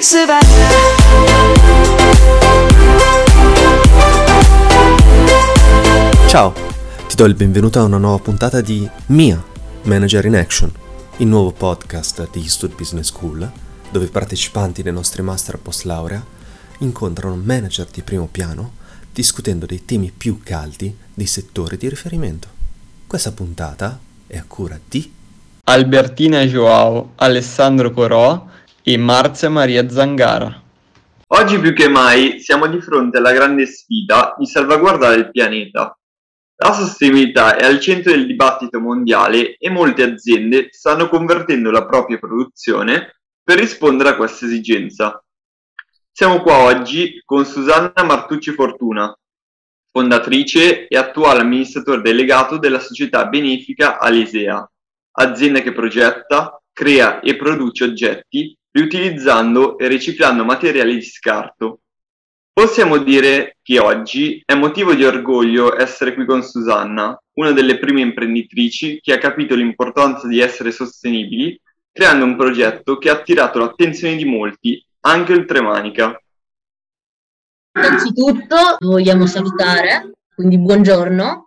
Ciao, ti do il benvenuto a una nuova puntata di Mia Manager in Action, il nuovo podcast di Eastwood Business School, dove i partecipanti dei nostri master post laurea incontrano manager di primo piano discutendo dei temi più caldi dei settori di riferimento. Questa puntata è a cura di Albertina Joao, Alessandro Corò e Marzia Maria Zangara. Oggi più che mai siamo di fronte alla grande sfida di salvaguardare il pianeta. La sostenibilità è al centro del dibattito mondiale e molte aziende stanno convertendo la propria produzione per rispondere a questa esigenza. Siamo qua oggi con Susanna Martucci Fortuna, fondatrice e attuale amministratore delegato della società benefica Alesea, azienda che progetta, crea e produce oggetti riutilizzando e riciclando materiali di scarto. Possiamo dire che oggi è motivo di orgoglio essere qui con Susanna, una delle prime imprenditrici che ha capito l'importanza di essere sostenibili, creando un progetto che ha attirato l'attenzione di molti, anche oltremanica. Innanzitutto vogliamo salutare, quindi buongiorno,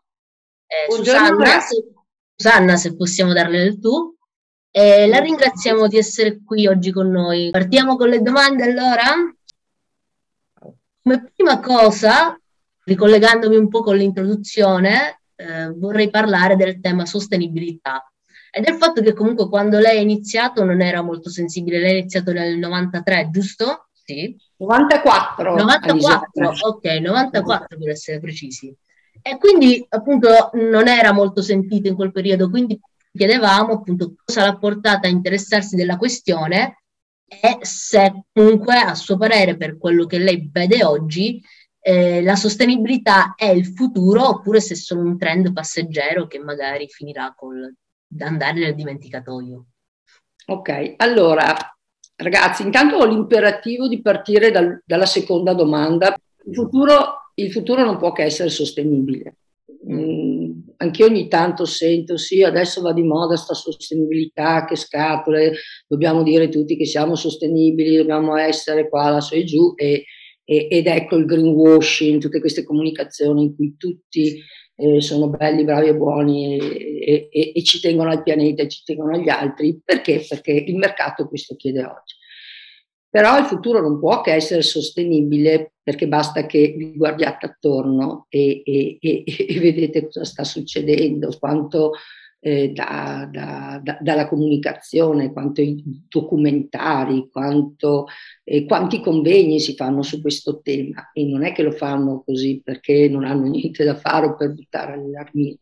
Susanna, se possiamo darle del tu. La ringraziamo di essere qui oggi con noi. Partiamo con le domande allora? Come prima cosa, ricollegandomi un po' con l'introduzione, vorrei parlare del tema sostenibilità e del fatto che comunque quando lei ha iniziato non era molto sensibile. Lei ha iniziato nel 93, giusto? Sì. 94. 94, ok, 94 per essere precisi. E quindi appunto non era molto sentito in quel periodo, quindi chiedevamo appunto cosa l'ha portata a interessarsi della questione e se comunque a suo parere, per quello che lei vede oggi, la sostenibilità è il futuro oppure se è solo un trend passeggero che magari finirà col andare nel dimenticatoio. Ok, allora ragazzi, intanto ho l'imperativo di partire dalla seconda domanda. Il futuro non può che essere sostenibile. Anch'io ogni tanto sento, sì, adesso va di moda sta sostenibilità, che scatole, dobbiamo dire tutti che siamo sostenibili, dobbiamo essere qua, là, su e giù, ed ecco il greenwashing, tutte queste comunicazioni in cui tutti sono belli, bravi e buoni e ci tengono al pianeta e ci tengono agli altri. Perché? Perché il mercato questo chiede oggi. Però il futuro non può che essere sostenibile, perché basta che vi guardiate attorno e vedete cosa sta succedendo, quanto dalla comunicazione, quanto i documentari, quanti convegni si fanno su questo tema, e non è che lo fanno così perché non hanno niente da fare o per buttare all'armadio.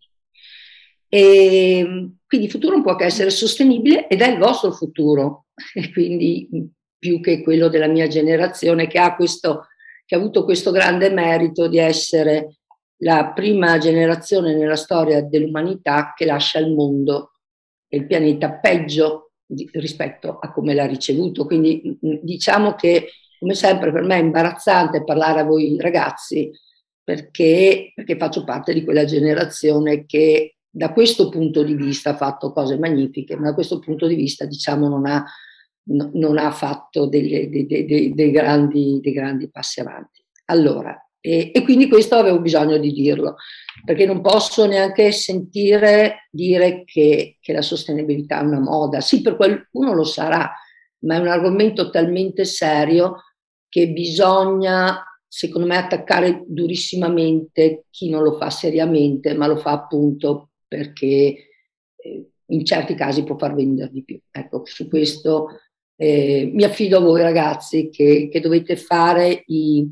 E quindi il futuro non può che essere sostenibile ed è il vostro futuro, e quindi più che quello della mia generazione che ha avuto questo grande merito di essere la prima generazione nella storia dell'umanità che lascia il mondo e il pianeta peggio rispetto a come l'ha ricevuto. Quindi diciamo che, come sempre, per me è imbarazzante parlare a voi ragazzi perché faccio parte di quella generazione che da questo punto di vista ha fatto cose magnifiche, ma da questo punto di vista, diciamo, non ha fatto dei grandi passi avanti. Allora, e quindi questo avevo bisogno di dirlo, perché non posso neanche sentire dire che la sostenibilità è una moda. Sì, per qualcuno lo sarà, ma è un argomento talmente serio che bisogna, secondo me, attaccare durissimamente chi non lo fa seriamente, ma lo fa appunto perché in certi casi può far vendere di più. Ecco, su questo mi affido a voi ragazzi che dovete fare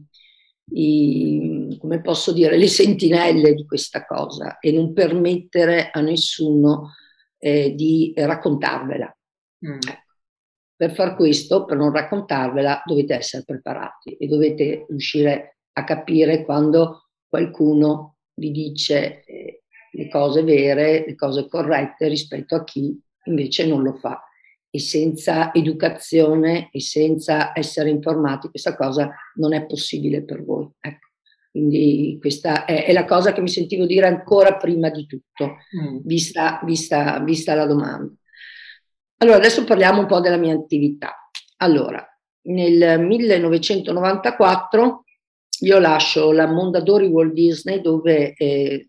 come posso dire, le sentinelle di questa cosa e non permettere a nessuno di raccontarvela. Per far questo, per non raccontarvela, dovete essere preparati e dovete riuscire a capire quando qualcuno vi dice le cose vere, le cose corrette rispetto a chi invece non lo fa. E senza educazione e senza essere informati questa cosa non è possibile per voi. Ecco. Quindi questa è la cosa che mi sentivo dire ancora prima di tutto, vista la domanda. Allora, adesso parliamo un po' della mia attività. Allora, nel 1994 io lascio la Mondadori Walt Disney, dove che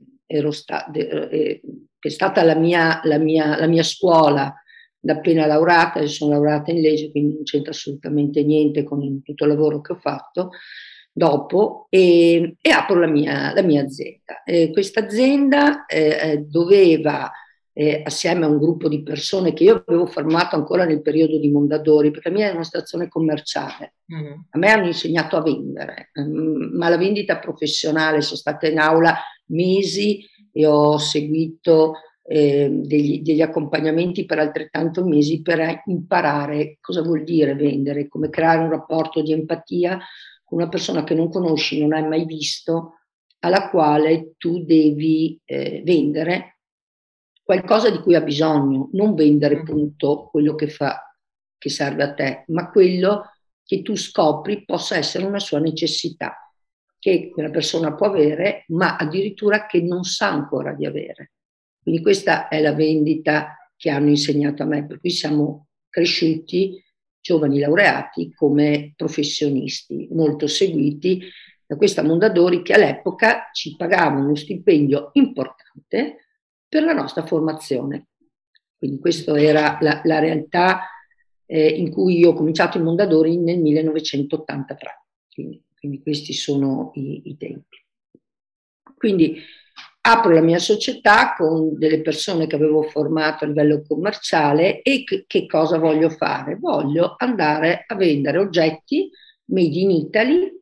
è stata la mia scuola da appena laureata. Io sono laureata in legge, quindi non c'entra assolutamente niente con tutto il lavoro che ho fatto dopo, e apro la mia azienda. Questa azienda doveva, assieme a un gruppo di persone che io avevo formato ancora nel periodo di Mondadori, perché la mia è una stazione commerciale. A me hanno insegnato a vendere, ma la vendita professionale, sono stata in aula mesi e ho seguito degli accompagnamenti per altrettanto mesi per imparare cosa vuol dire vendere, come creare un rapporto di empatia con una persona che non conosci, non hai mai visto, alla quale tu devi vendere qualcosa di cui ha bisogno, non vendere appunto quello che serve a te, ma quello che tu scopri possa essere una sua necessità, che quella persona può avere, ma addirittura che non sa ancora di avere. Quindi questa è la vendita che hanno insegnato a me, per cui siamo cresciuti giovani laureati come professionisti, molto seguiti da questa Mondadori, che all'epoca ci pagava uno stipendio importante per la nostra formazione. Quindi questa era la realtà in cui io ho cominciato in Mondadori nel 1983. Quindi questi sono i tempi. Quindi apro la mia società con delle persone che avevo formato a livello commerciale e che cosa voglio fare? Voglio andare a vendere oggetti made in Italy,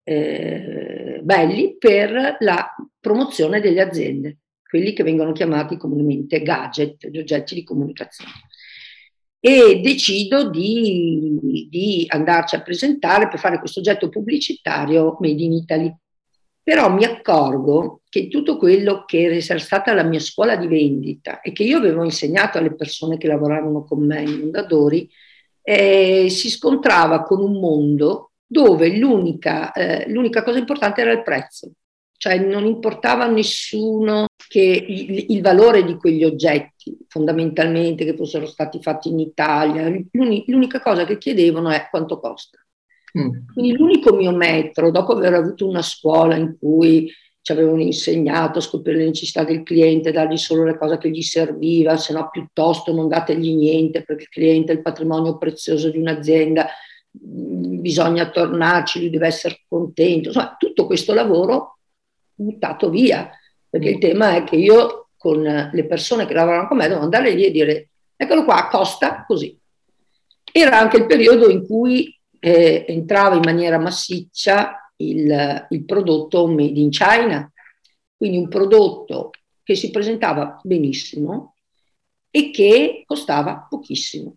belli, per la promozione delle aziende, quelli che vengono chiamati comunemente gadget, gli oggetti di comunicazione. E decido di andarci a presentare per fare questo oggetto pubblicitario made in Italy. Però mi accorgo che tutto quello che era stata la mia scuola di vendita e che io avevo insegnato alle persone che lavoravano con me in Mondadori si scontrava con un mondo dove l'unica cosa importante era il prezzo. Cioè non importava a nessuno che il valore di quegli oggetti, fondamentalmente, che fossero stati fatti in Italia. L'unica cosa che chiedevano è quanto costa. Quindi l'unico mio metro, dopo aver avuto una scuola in cui ci avevano insegnato a scoprire le necessità del cliente, dargli solo le cose che gli serviva, se no piuttosto non dategli niente, perché il cliente è il patrimonio prezioso di un'azienda, bisogna tornarci, lui deve essere contento. Insomma, tutto questo lavoro buttato via, perché il tema è che io con le persone che lavoravano con me devo andare lì e dire eccolo qua, costa così. Era anche il periodo in cui entrava in maniera massiccia il prodotto made in China, quindi un prodotto che si presentava benissimo e che costava pochissimo.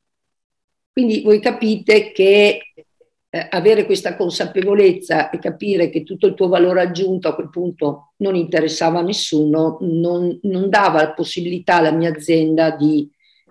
Quindi voi capite che avere questa consapevolezza e capire che tutto il tuo valore aggiunto a quel punto non interessava a nessuno, non dava la possibilità alla mia azienda di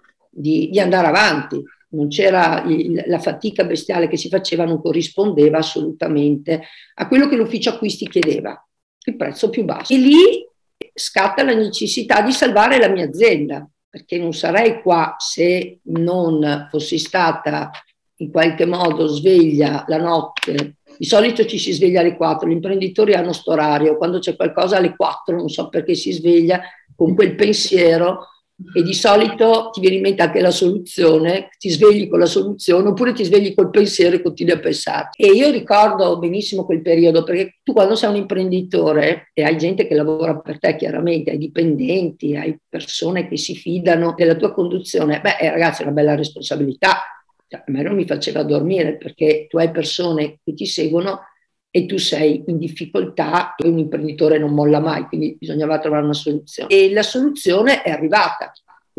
andare avanti. Non c'era la fatica bestiale che si faceva, non corrispondeva assolutamente a quello che l'ufficio acquisti chiedeva, il prezzo più basso. E lì scatta la necessità di salvare la mia azienda, perché non sarei qua se non fossi stata in qualche modo sveglia la notte. Di solito ci si sveglia alle 4, gli imprenditori hanno sto orario, quando c'è qualcosa alle 4, non so perché si sveglia con quel pensiero, e di solito ti viene in mente anche la soluzione, ti svegli con la soluzione oppure ti svegli col pensiero e continui a pensare. E io ricordo benissimo quel periodo, perché tu quando sei un imprenditore e hai gente che lavora per te, chiaramente hai dipendenti, hai persone che si fidano della tua conduzione, ragazzi, è una bella responsabilità. A me non mi faceva dormire, perché tu hai persone che ti seguono e tu sei in difficoltà e un imprenditore non molla mai, quindi bisognava trovare una soluzione. E la soluzione è arrivata.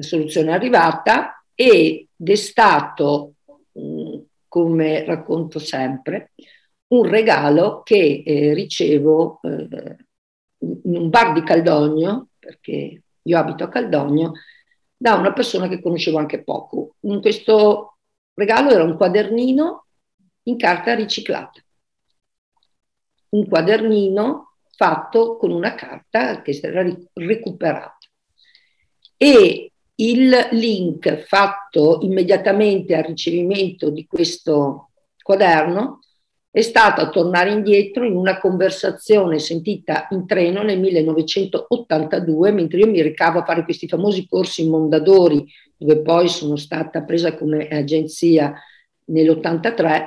Ed è stato, come racconto sempre, un regalo che ricevo in un bar di Caldogno, perché io abito a Caldogno, da una persona che conoscevo anche poco. Questo regalo era un quadernino in carta riciclata. Un quadernino fatto con una carta che era recuperata. E il link fatto immediatamente al ricevimento di questo quaderno è stata tornare indietro in una conversazione sentita in treno nel 1982, mentre io mi recavo a fare questi famosi corsi in Mondadori, dove poi sono stata presa come agenzia nell'83,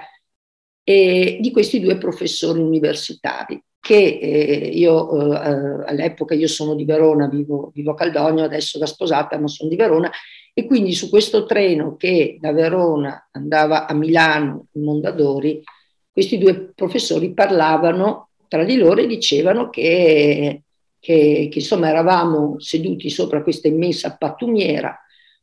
di questi due professori universitari che all'epoca io sono di Verona, vivo a Caldogno, adesso da sposata, ma sono di Verona, e quindi su questo treno che da Verona andava a Milano, in Mondadori, questi due professori parlavano tra di loro e dicevano che insomma eravamo seduti sopra questa immensa pattumiera,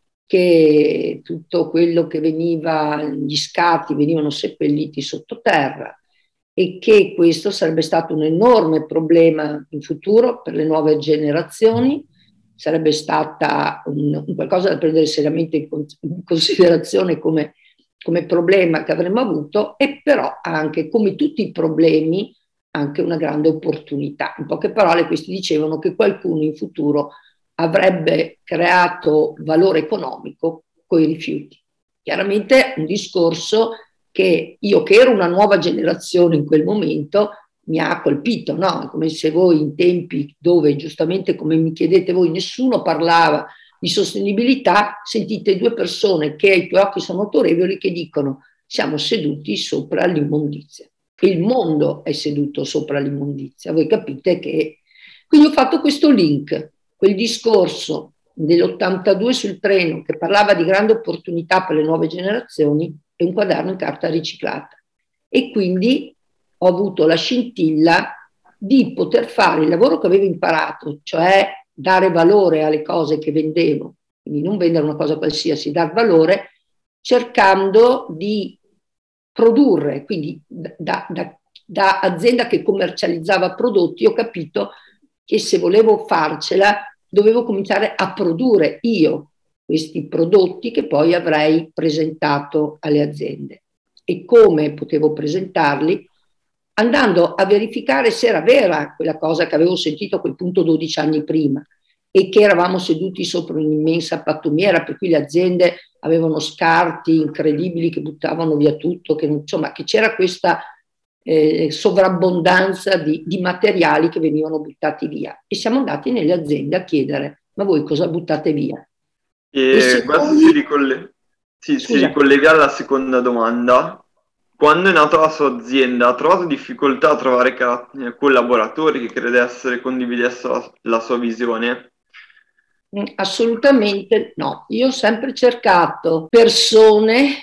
che tutto quello che veniva, gli scatti venivano seppelliti sottoterra e che questo sarebbe stato un enorme problema in futuro per le nuove generazioni, sarebbe stata un qualcosa da prendere seriamente in considerazione come problema che avremmo avuto, e però anche, come tutti i problemi, anche una grande opportunità. In poche parole, questi dicevano che qualcuno in futuro avrebbe creato valore economico con i rifiuti. Chiaramente un discorso che io, che ero una nuova generazione in quel momento, mi ha colpito, no? Come se voi in tempi dove, giustamente come mi chiedete voi, nessuno parlava di sostenibilità, sentite due persone che ai tuoi occhi sono autorevoli che dicono: siamo seduti sopra l'immondizia. Il mondo è seduto sopra l'immondizia. Voi capite che... Quindi ho fatto questo link, quel discorso dell'82 sul treno che parlava di grande opportunità per le nuove generazioni e un quaderno in carta riciclata. E quindi ho avuto la scintilla di poter fare il lavoro che avevo imparato, cioè dare valore alle cose che vendevo, quindi non vendere una cosa qualsiasi, dar valore, cercando di produrre. Quindi da azienda che commercializzava prodotti ho capito che se volevo farcela dovevo cominciare a produrre io questi prodotti che poi avrei presentato alle aziende. E come potevo presentarli? Andando a verificare se era vera quella cosa che avevo sentito a quel punto 12 anni prima, e che eravamo seduti sopra un'immensa pattumiera, per cui le aziende avevano scarti incredibili che buttavano via tutto, che c'era questa sovrabbondanza di materiali che venivano buttati via. E siamo andati nelle aziende a chiedere: ma voi cosa buttate via? E questo si ricollega alla seconda domanda. Quando è nata la sua azienda, ha trovato difficoltà a trovare collaboratori che condividessero la sua visione? Assolutamente no. Io ho sempre cercato persone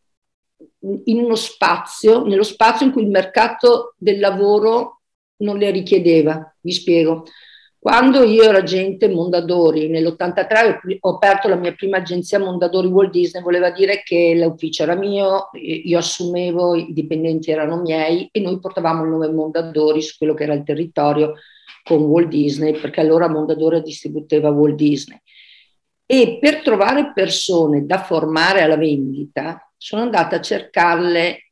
nello spazio in cui il mercato del lavoro non le richiedeva. Vi spiego. Quando io ero agente Mondadori, nell'83 ho aperto la mia prima agenzia Mondadori Walt Disney, voleva dire che l'ufficio era mio, io assumevo, i dipendenti erano miei e noi portavamo il nome Mondadori su quello che era il territorio con Walt Disney, perché allora Mondadori distribueva Walt Disney. E per trovare persone da formare alla vendita sono andata a cercarle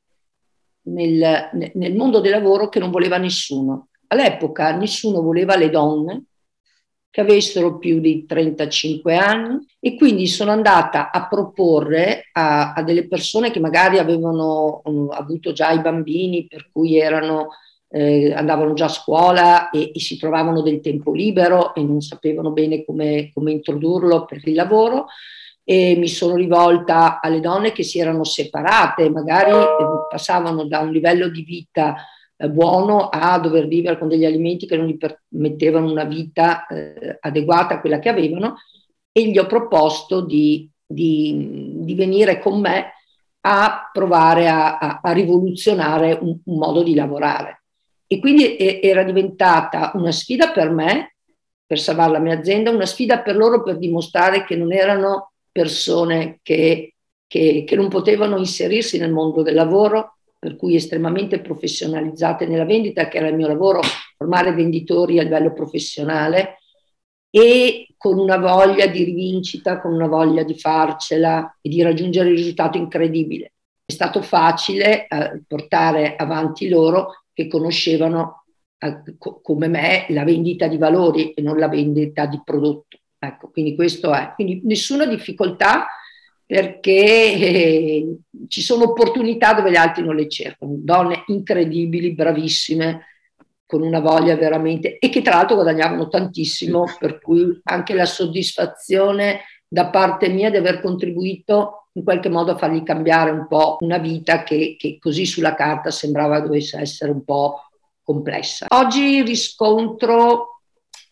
nel mondo del lavoro che non voleva nessuno. All'epoca nessuno voleva le donne che avessero più di 35 anni, e quindi sono andata a proporre a delle persone che magari avevano avuto già i bambini, per cui andavano già a scuola e si trovavano del tempo libero e non sapevano bene come introdurlo per il lavoro. E mi sono rivolta alle donne che si erano separate, magari passavano da un livello di vita buono a dover vivere con degli alimenti che non gli permettevano una vita adeguata a quella che avevano, e gli ho proposto di venire con me a provare a rivoluzionare un modo di lavorare. E quindi era diventata una sfida per me, per salvare la mia azienda, una sfida per loro, per dimostrare che non erano persone che non potevano inserirsi nel mondo del lavoro, per cui estremamente professionalizzate nella vendita, che era il mio lavoro, formare venditori a livello professionale, e con una voglia di rivincita, con una voglia di farcela e di raggiungere il risultato incredibile. È stato facile portare avanti loro che conoscevano come me la vendita di valori e non la vendita di prodotto. Ecco, quindi questo è. Quindi nessuna difficoltà. perché ci sono opportunità dove gli altri non le cercano, donne incredibili, bravissime, con una voglia veramente, e che tra l'altro guadagnavano tantissimo, per cui anche la soddisfazione da parte mia di aver contribuito in qualche modo a fargli cambiare un po' una vita che così sulla carta sembrava dovesse essere un po' complessa. Oggi riscontro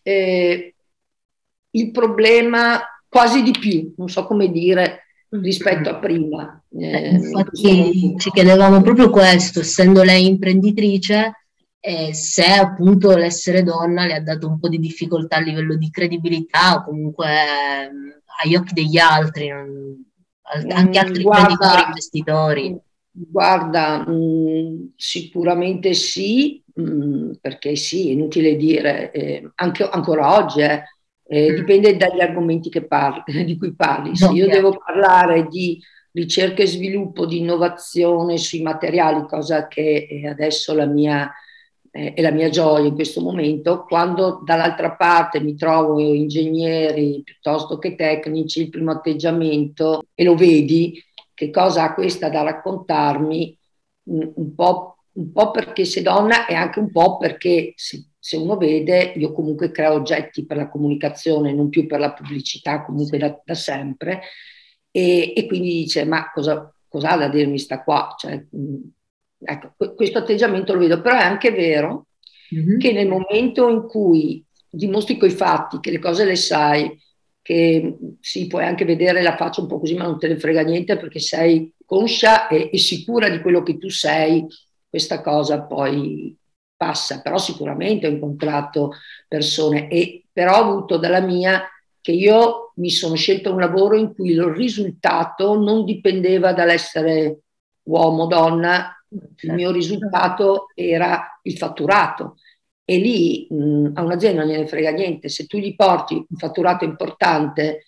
il problema quasi di più, non so come dire, rispetto a prima. Infatti ci chiedevamo proprio questo, essendo lei imprenditrice, se appunto l'essere donna le ha dato un po' di difficoltà a livello di credibilità o comunque agli occhi degli altri, anche altri imprenditori, investitori. Guarda, sicuramente sì, perché sì, è inutile dire, anche ancora oggi, dipende dagli argomenti di cui parli. Se io devo parlare di ricerca e sviluppo, di innovazione sui materiali, cosa che è adesso è la mia gioia in questo momento, quando dall'altra parte mi trovo ingegneri piuttosto che tecnici, il primo atteggiamento, e lo vedi, che cosa ha questa da raccontarmi, un po' perché sei donna e anche un po' perché se uno vede, io comunque creo oggetti per la comunicazione, non più per la pubblicità, comunque da sempre, e quindi dice, ma cosa ha da dirmi sta qua? Cioè, ecco, questo atteggiamento lo vedo, però è anche vero che nel momento in cui dimostri coi fatti che le cose le sai, che sì, puoi anche vedere la faccia un po' così, ma non te ne frega niente perché sei conscia e sicura di quello che tu sei, questa cosa poi passa. Però sicuramente ho incontrato persone, e però ho avuto dalla mia che io mi sono scelta un lavoro in cui il risultato non dipendeva dall'essere uomo o donna, il mio risultato era il fatturato. E lì a un'azienda non gliene frega niente, se tu gli porti un fatturato importante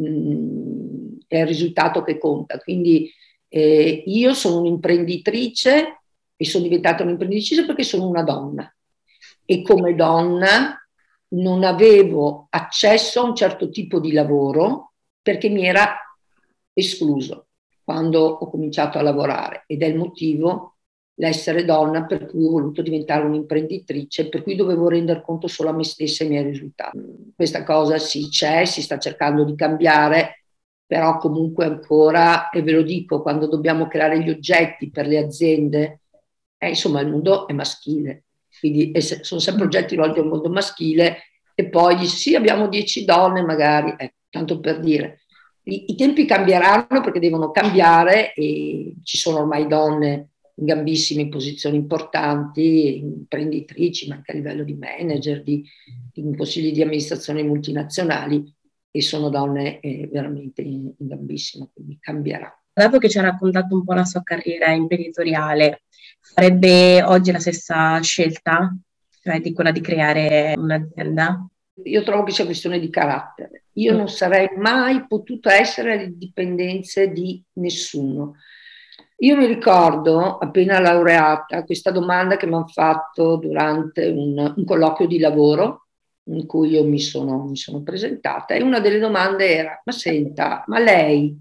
è il risultato che conta. Quindi io sono un'imprenditrice e sono diventata un'imprenditrice perché sono una donna, e come donna non avevo accesso a un certo tipo di lavoro perché mi era escluso quando ho cominciato a lavorare, ed è il motivo, l'essere donna, per cui ho voluto diventare un'imprenditrice, per cui dovevo rendere conto solo a me stessa e ai miei risultati. Questa cosa sì c'è, si sta cercando di cambiare, però comunque ancora, e ve lo dico, quando dobbiamo creare gli oggetti per le aziende, insomma il mondo è maschile, quindi sono sempre oggetti rivolti al mondo maschile, e poi dice sì, abbiamo 10 donne magari, tanto per dire. I tempi cambieranno perché devono cambiare, e ci sono ormai donne in gambissime, in posizioni importanti, imprenditrici, ma anche a livello di manager, in consigli di amministrazione multinazionali, e sono donne veramente in gambissima, quindi cambierà. Dato che ci ha raccontato un po' la sua carriera imprenditoriale, farebbe oggi la stessa scelta, cioè di quella di creare un'azienda? Io trovo che sia questione di carattere. Io non sarei mai potuta essere alle dipendenze di nessuno. Io mi ricordo, appena laureata, questa domanda che mi hanno fatto durante un colloquio di lavoro in cui io mi sono presentata, e una delle domande era: ma senta, ma lei,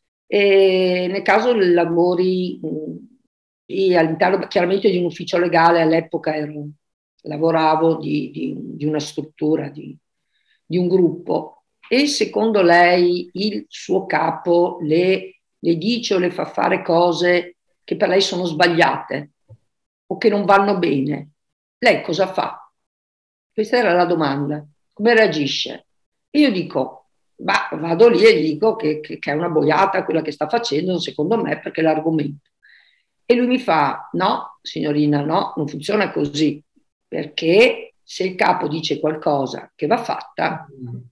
nel caso lavori all'interno chiaramente di un ufficio legale, all'epoca lavoravo di una struttura, di un gruppo, e secondo lei il suo capo le dice o le fa fare cose che per lei sono sbagliate o che non vanno bene, lei cosa fa? Questa era la domanda. Come reagisce? E io dico, vado lì e gli dico che è una boiata quella che sta facendo, secondo me, perché è l'argomento. E lui mi fa: no, signorina, no, non funziona così, perché se il capo dice qualcosa che va fatta,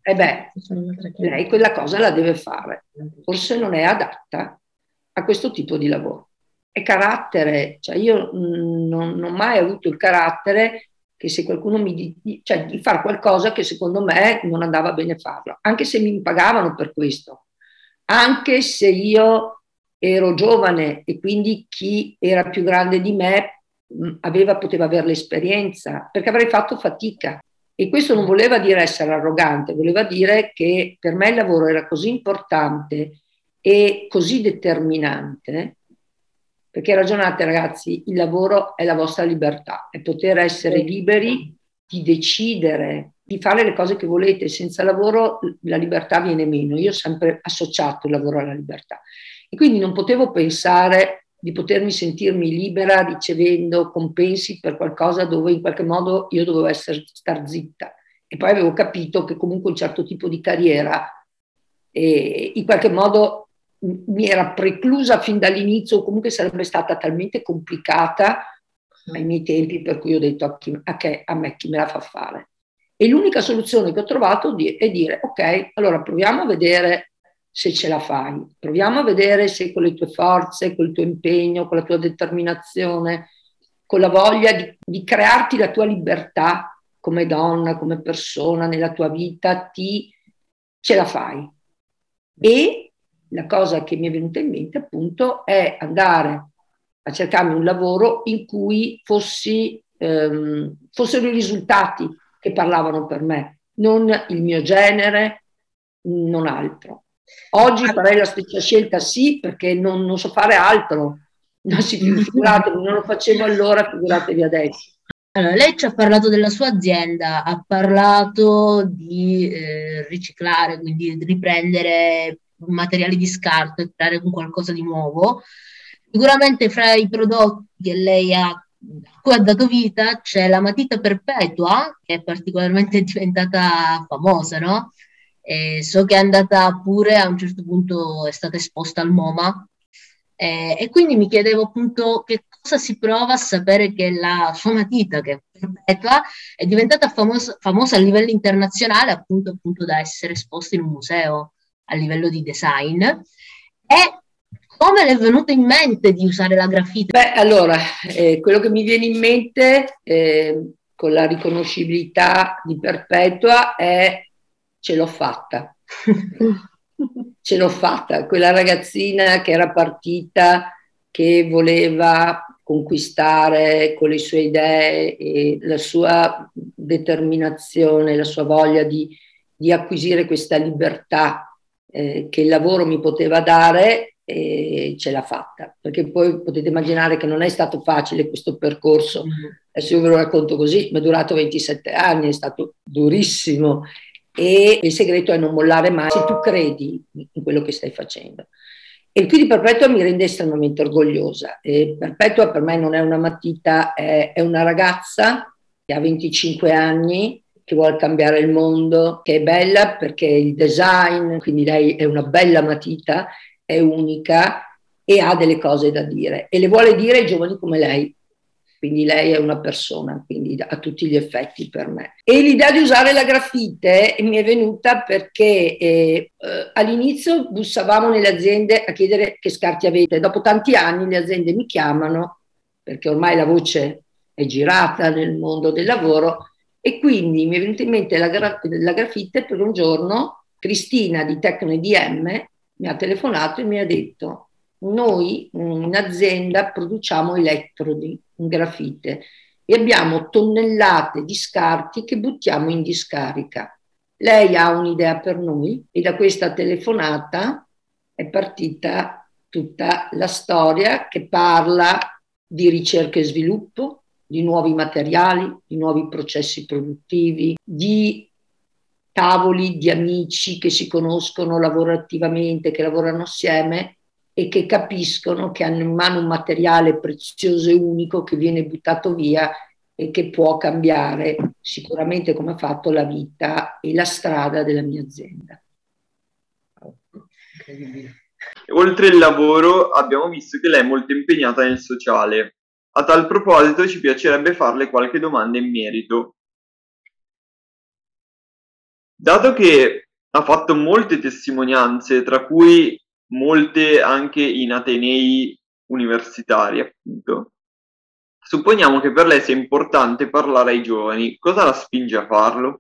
lei quella cosa la deve fare. Forse non è adatta a questo tipo di lavoro. È carattere, cioè io non ho mai avuto il carattere che se qualcuno mi dice di fare qualcosa che secondo me non andava bene farlo, anche se mi pagavano per questo, anche se io ero giovane e quindi chi era più grande di me poteva avere l'esperienza, perché avrei fatto fatica. E questo non voleva dire essere arrogante, voleva dire che per me il lavoro era così importante e così determinante, perché ragionate ragazzi, il lavoro è la vostra libertà, è poter essere liberi di decidere, di fare le cose che volete. Senza lavoro la libertà viene meno. Io ho sempre associato il lavoro alla libertà e quindi non potevo pensare di potermi sentirmi libera ricevendo compensi per qualcosa dove in qualche modo io dovevo star zitta. E poi avevo capito che comunque un certo tipo di carriera in qualche modo mi era preclusa fin dall'inizio, o comunque sarebbe stata talmente complicata ai miei tempi, per cui ho detto a me chi me la fa fare. E l'unica soluzione che ho trovato è dire ok, allora proviamo a vedere se ce la fai, proviamo a vedere se con le tue forze, col tuo impegno, con la tua determinazione, con la voglia di crearti la tua libertà come donna, come persona nella tua vita, ce la fai. E la cosa che mi è venuta in mente appunto è andare a cercarmi un lavoro in cui fossero i risultati che parlavano per me, non il mio genere, non altro. Oggi farei la stessa scelta, sì, perché non so fare altro. Non figuratevi, non lo facevo allora, figuratevi adesso. Allora, lei ci ha parlato della sua azienda, ha parlato di riciclare, quindi di riprendere materiali di scarto e creare qualcosa di nuovo. Sicuramente fra i prodotti che lei a cui ha dato vita c'è la matita perpetua, che è particolarmente diventata famosa, no? So che è andata pure, a un certo punto è stata esposta al MoMA, e quindi mi chiedevo appunto che cosa si prova a sapere che la sua matita, che è perpetua, è diventata famosa a livello internazionale, appunto da essere esposta in un museo a livello di design. E come le è venuto in mente di usare la grafite? Beh, allora, quello che mi viene in mente con la riconoscibilità di Perpetua è ce l'ho fatta. Ce l'ho fatta. Quella ragazzina che era partita, che voleva conquistare con le sue idee e la sua determinazione, la sua voglia di acquisire questa libertà che il lavoro mi poteva dare, ce l'ha fatta, perché poi potete immaginare che non è stato facile questo percorso. Adesso io ve lo racconto così, mi è durato 27 anni, è stato durissimo e il segreto è non mollare mai se tu credi in quello che stai facendo. E quindi Perpetua mi rende estremamente orgogliosa. E Perpetua per me non è una matita, è una ragazza che ha 25 anni, che vuole cambiare il mondo, che è bella perché il design, quindi lei è una bella matita, è unica e ha delle cose da dire e le vuole dire ai giovani come lei. Quindi lei è una persona, quindi a tutti gli effetti per me. E l'idea di usare la grafite mi è venuta perché all'inizio bussavamo nelle aziende a chiedere che scarti avete. Dopo tanti anni le aziende mi chiamano, perché ormai la voce è girata nel mondo del lavoro, e quindi mi è venuta in mente la grafite per un giorno. Cristina di Tecno EDM mi ha telefonato e mi ha detto: noi in azienda produciamo elettrodi in grafite e abbiamo tonnellate di scarti che buttiamo in discarica. Lei ha un'idea per noi? E da questa telefonata è partita tutta la storia che parla di ricerca e sviluppo, di nuovi materiali, di nuovi processi produttivi, di tavoli di amici che si conoscono lavorativamente, che lavorano assieme e che capiscono che hanno in mano un materiale prezioso e unico che viene buttato via e che può cambiare sicuramente, come ha fatto, la vita e la strada della mia azienda. Incredibile. Oltre il lavoro abbiamo visto che lei è molto impegnata nel sociale. A tal proposito ci piacerebbe farle qualche domanda in merito. Dato che ha fatto molte testimonianze, tra cui molte anche in atenei universitari, appunto, supponiamo che per lei sia importante parlare ai giovani. Cosa la spinge a farlo?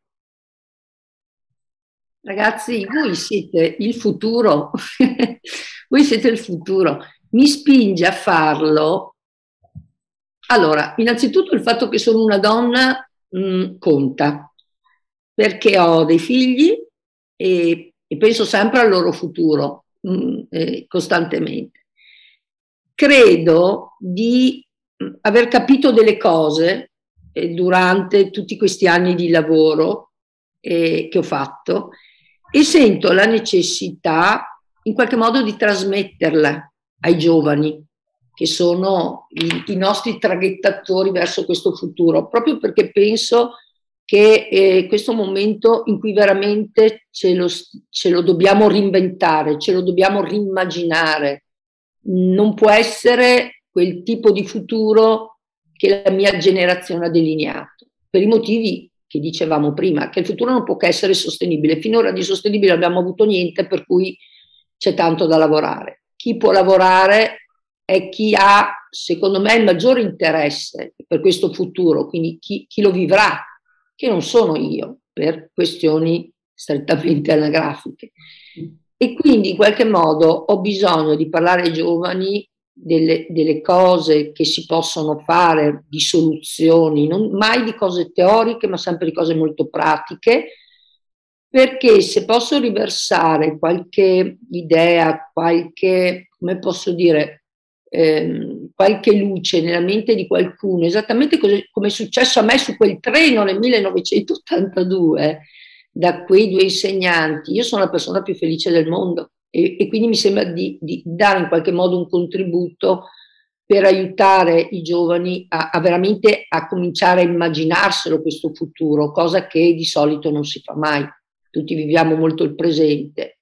Ragazzi, voi siete il futuro, voi siete il futuro. Mi spinge a farlo. Allora, innanzitutto il fatto che sono una donna conta, perché ho dei figli e penso sempre al loro futuro. costantemente. Credo di aver capito delle cose durante tutti questi anni di lavoro che ho fatto, e sento la necessità in qualche modo di trasmetterla ai giovani, che sono i nostri traghettatori verso questo futuro, proprio perché penso che questo momento in cui veramente ce lo dobbiamo reinventare, ce lo dobbiamo rimmaginare. Non può essere quel tipo di futuro che la mia generazione ha delineato, per i motivi che dicevamo prima, che il futuro non può che essere sostenibile. Finora di sostenibile abbiamo avuto niente, per cui c'è tanto da lavorare. Chi può lavorare è chi ha, secondo me, il maggiore interesse per questo futuro, quindi chi lo vivrà, che non sono io, per questioni strettamente anagrafiche. E quindi in qualche modo ho bisogno di parlare ai giovani delle cose che si possono fare, di soluzioni, non mai di cose teoriche, ma sempre di cose molto pratiche, perché se posso riversare qualche idea, qualche, come posso dire, qualche luce nella mente di qualcuno, esattamente come è successo a me su quel treno nel 1982, da quei due insegnanti, io sono la persona più felice del mondo, e quindi mi sembra di dare in qualche modo un contributo per aiutare i giovani a veramente a cominciare a immaginarselo questo futuro, cosa che di solito non si fa mai. Tutti viviamo molto il presente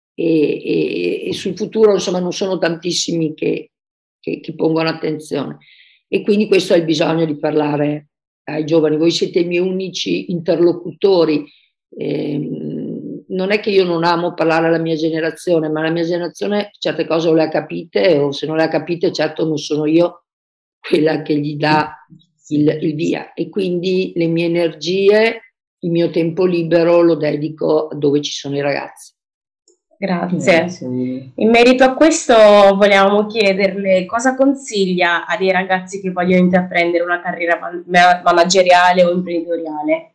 e sul futuro, insomma, non sono tantissimi che pongono attenzione, e quindi questo è il bisogno di parlare ai giovani. Voi siete i miei unici interlocutori. Non è che io non amo parlare alla mia generazione, ma la mia generazione certe cose o le ha capite, o se non le ha capite, certo non sono io quella che gli dà il via, e quindi le mie energie, il mio tempo libero lo dedico dove ci sono i ragazzi. Grazie. In merito a questo volevamo chiederle cosa consiglia a dei ragazzi che vogliono intraprendere una carriera manageriale o imprenditoriale.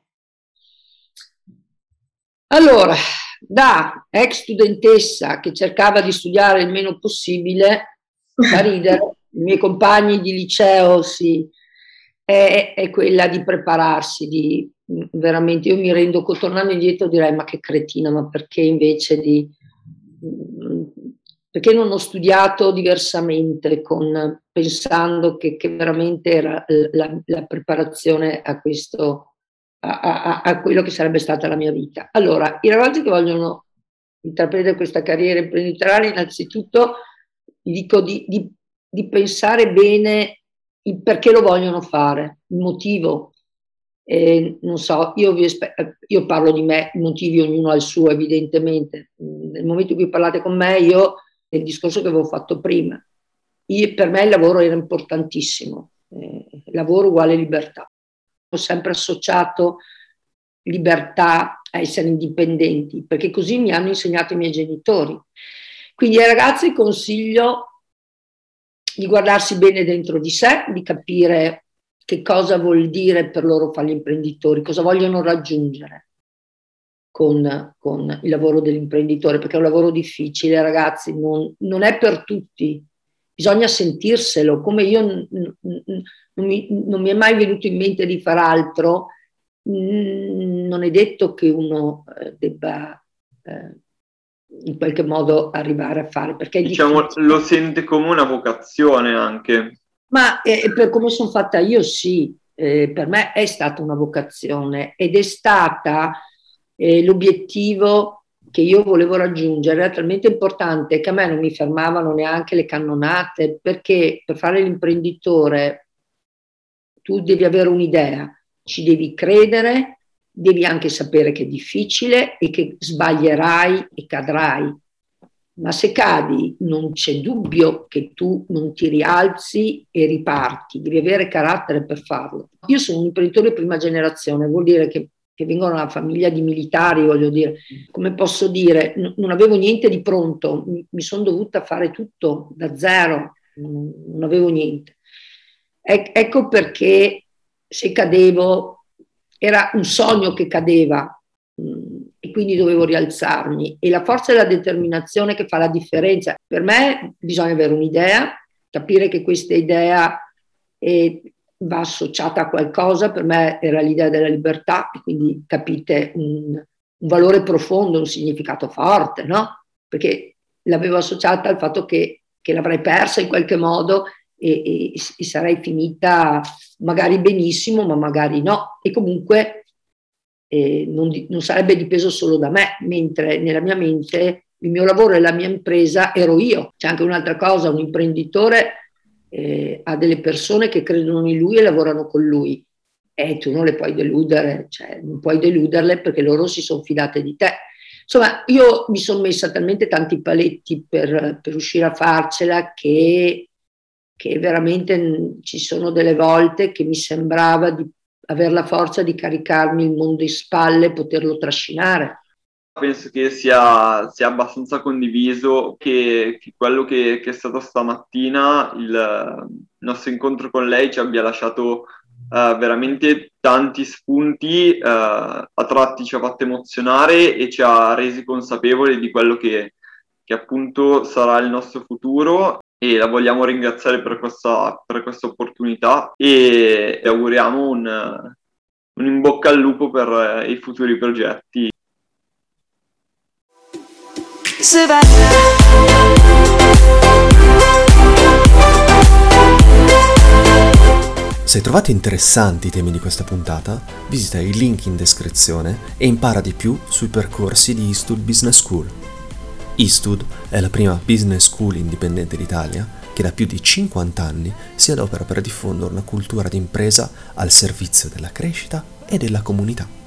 Allora, da ex studentessa che cercava di studiare il meno possibile, fa ridere, i miei compagni di liceo è quella di prepararsi, veramente, io mi rendo conto, tornando indietro direi ma che cretina, ma perché invece perché non ho studiato diversamente, pensando che veramente era la preparazione a questo, a quello che sarebbe stata la mia vita. Allora, i ragazzi che vogliono intraprendere questa carriera imprenditoriale, innanzitutto gli dico di pensare bene il perché lo vogliono fare, il motivo. Non so, io parlo di me, i motivi ognuno ha il suo, evidentemente. Nel momento in cui parlate con me, io, è il discorso che avevo fatto prima, per me il lavoro era importantissimo, lavoro uguale libertà. Ho sempre associato libertà a essere indipendenti, perché così mi hanno insegnato i miei genitori. Quindi ai ragazzi consiglio di guardarsi bene dentro di sé, di capire che cosa vuol dire per loro fare gli imprenditori, cosa vogliono raggiungere con il lavoro dell'imprenditore, perché è un lavoro difficile, ragazzi, non è per tutti, bisogna sentirselo, come io non mi è mai venuto in mente di far altro, non è detto che uno debba in qualche modo arrivare a fare, perché è diciamo, difficile. lo sente come una vocazione anche. Ma per come sono fatta io, sì, per me è stata una vocazione, ed è stata l'obiettivo che io volevo raggiungere, era talmente importante che a me non mi fermavano neanche le cannonate, perché per fare l'imprenditore tu devi avere un'idea, ci devi credere, devi anche sapere che è difficile e che sbaglierai e cadrai. Ma se cadi non c'è dubbio che tu non ti rialzi e riparti, devi avere carattere per farlo. Io sono un imprenditore prima generazione, vuol dire che vengo da una famiglia di militari, voglio dire, come posso dire, non avevo niente di pronto, mi sono dovuta fare tutto da zero, non avevo niente. Ecco perché se cadevo era un sogno che cadeva, e quindi dovevo rialzarmi, e la forza e la determinazione che fa la differenza. Per me bisogna avere un'idea, capire che questa idea va associata a qualcosa. Per me era l'idea della libertà, e quindi capite un valore profondo, un significato forte, no? Perché l'avevo associata al fatto che l'avrei persa in qualche modo e sarei finita magari benissimo, ma magari no, e comunque non sarebbe dipeso solo da me, mentre nella mia mente il mio lavoro e la mia impresa ero io. C'è anche un'altra cosa: un imprenditore ha delle persone che credono in lui e lavorano con lui, e tu non le puoi deludere, cioè non puoi deluderle, perché loro si sono fidate di te. Insomma, io mi sono messa talmente tanti paletti per riuscire a farcela che veramente ci sono delle volte che mi sembrava di avere la forza di caricarmi il mondo in spalle e poterlo trascinare. Penso che sia abbastanza condiviso che quello che è stato stamattina, il nostro incontro con lei, ci abbia lasciato veramente tanti spunti, a tratti ci ha fatto emozionare e ci ha resi consapevoli di quello che appunto sarà il nostro futuro, e la vogliamo ringraziare per questa opportunità, e auguriamo un in bocca al lupo per i futuri progetti. Se trovate interessanti i temi di questa puntata, visita i link in descrizione e impara di più sui percorsi di Eastwood Business School. Eastwood è la prima business school indipendente d'Italia che da più di 50 anni si adopera per diffondere una cultura d'impresa al servizio della crescita e della comunità.